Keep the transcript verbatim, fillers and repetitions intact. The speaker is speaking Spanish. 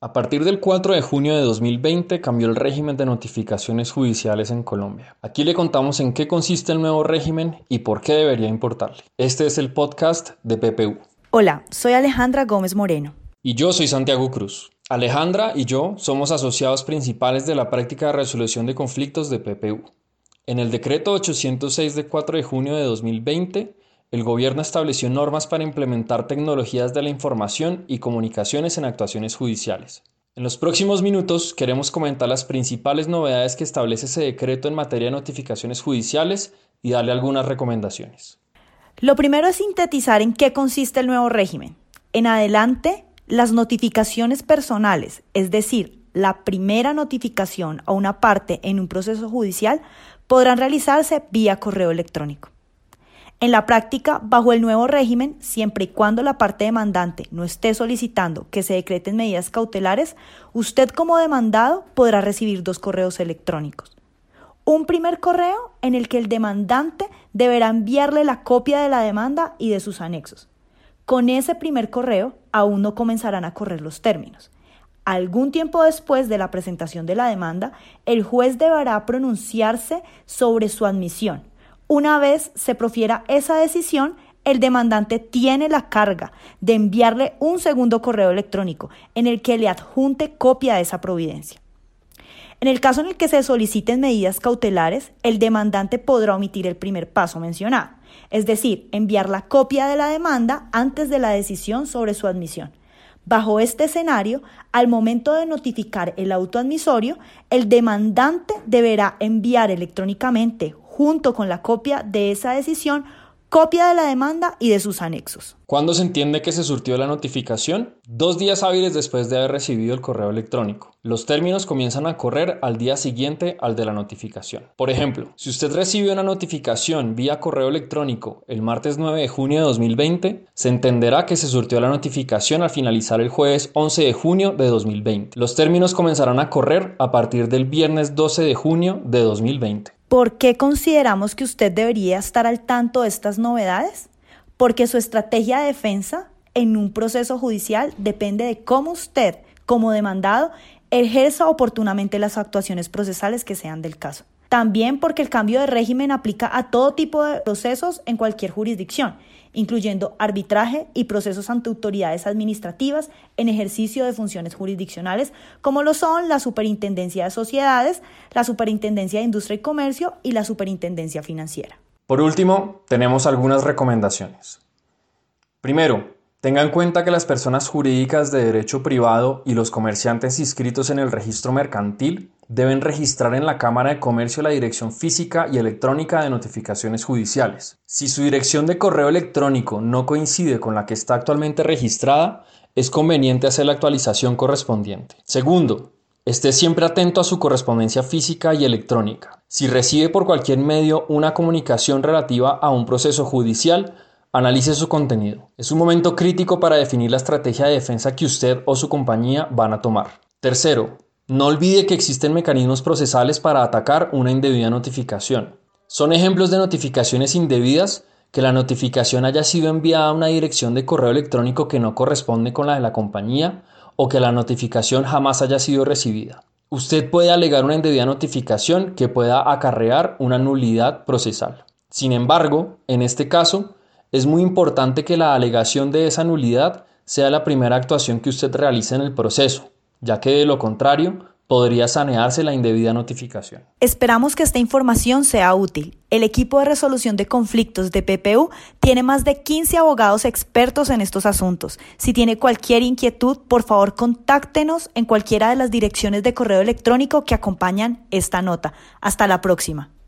A partir del cuatro de junio de dos mil veinte cambió el régimen de notificaciones judiciales en Colombia. Aquí le contamos en qué consiste el nuevo régimen y por qué debería importarle. Este es el podcast de P P U. Hola, soy Alejandra Gómez Moreno. Y yo soy Santiago Cruz. Alejandra y yo somos asociados principales de la práctica de resolución de conflictos de P P U. En el decreto ochocientos seis de cuatro de junio de dos mil veinte, el gobierno estableció normas para implementar tecnologías de la información y comunicaciones en actuaciones judiciales. En los próximos minutos queremos comentar las principales novedades que establece ese decreto en materia de notificaciones judiciales y darle algunas recomendaciones. Lo primero es sintetizar en qué consiste el nuevo régimen. En adelante, las notificaciones personales, es decir, la primera notificación a una parte en un proceso judicial, podrán realizarse vía correo electrónico. En la práctica, bajo el nuevo régimen, siempre y cuando la parte demandante no esté solicitando que se decreten medidas cautelares, usted como demandado podrá recibir dos correos electrónicos. Un primer correo en el que el demandante deberá enviarle la copia de la demanda y de sus anexos. Con ese primer correo aún no comenzarán a correr los términos. Algún tiempo después de la presentación de la demanda, el juez deberá pronunciarse sobre su admisión. Una vez se profiera esa decisión, el demandante tiene la carga de enviarle un segundo correo electrónico en el que le adjunte copia de esa providencia. En el caso en el que se soliciten medidas cautelares, el demandante podrá omitir el primer paso mencionado, es decir, enviar la copia de la demanda antes de la decisión sobre su admisión. Bajo este escenario, al momento de notificar el auto admisorio, el demandante deberá enviar electrónicamente, junto con la copia de esa decisión, copia de la demanda y de sus anexos. ¿Cuándo se entiende que se surtió la notificación? Dos días hábiles después de haber recibido el correo electrónico. Los términos comienzan a correr al día siguiente al de la notificación. Por ejemplo, si usted recibió una notificación vía correo electrónico el martes nueve de junio de dos mil veinte, se entenderá que se surtió la notificación al finalizar el jueves once de junio de dos mil veinte. Los términos comenzarán a correr a partir del viernes doce de junio de dos mil veinte. ¿Por qué consideramos que usted debería estar al tanto de estas novedades? Porque su estrategia de defensa en un proceso judicial depende de cómo usted, como demandado, ejerza oportunamente las actuaciones procesales que sean del caso. También porque el cambio de régimen aplica a todo tipo de procesos en cualquier jurisdicción, incluyendo arbitraje y procesos ante autoridades administrativas en ejercicio de funciones jurisdiccionales, como lo son la Superintendencia de Sociedades, la Superintendencia de Industria y Comercio y la Superintendencia Financiera. Por último, tenemos algunas recomendaciones. Primero, tenga en cuenta que las personas jurídicas de derecho privado y los comerciantes inscritos en el registro mercantil deben registrar en la Cámara de Comercio la dirección física y electrónica de notificaciones judiciales. Si su dirección de correo electrónico no coincide con la que está actualmente registrada, es conveniente hacer la actualización correspondiente. Segundo, esté siempre atento a su correspondencia física y electrónica. Si recibe por cualquier medio una comunicación relativa a un proceso judicial, analice su contenido. Es un momento crítico para definir la estrategia de defensa que usted o su compañía van a tomar. Tercero, no olvide que existen mecanismos procesales para atacar una indebida notificación. Son ejemplos de notificaciones indebidas que la notificación haya sido enviada a una dirección de correo electrónico que no corresponde con la de la compañía o que la notificación jamás haya sido recibida. Usted puede alegar una indebida notificación que pueda acarrear una nulidad procesal. Sin embargo, en este caso, es muy importante que la alegación de esa nulidad sea la primera actuación que usted realice en el proceso, ya que de lo contrario podría sanearse la indebida notificación. Esperamos que esta información sea útil. El equipo de resolución de conflictos de P P U tiene más de quince abogados expertos en estos asuntos. Si tiene cualquier inquietud, por favor contáctenos en cualquiera de las direcciones de correo electrónico que acompañan esta nota. Hasta la próxima.